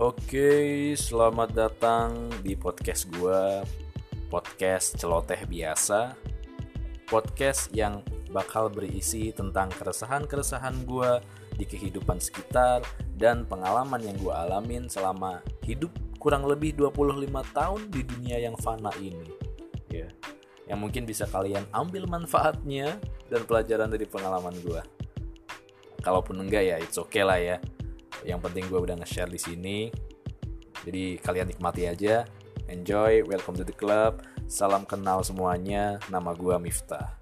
Oke, selamat datang di podcast gua, podcast celoteh biasa, podcast yang bakal berisi tentang keresahan-keresahan gua di kehidupan sekitar dan pengalaman yang gua alamin selama hidup kurang lebih 25 tahun di dunia yang fana ini. Ya, yang mungkin bisa kalian ambil manfaatnya dan pelajaran dari pengalaman gua. Kalaupun enggak ya, it's okay lah ya. Yang penting gue udah nge-share di sini. Jadi kalian nikmati aja. Enjoy, welcome to the club. Salam kenal semuanya. Nama gue Miftah.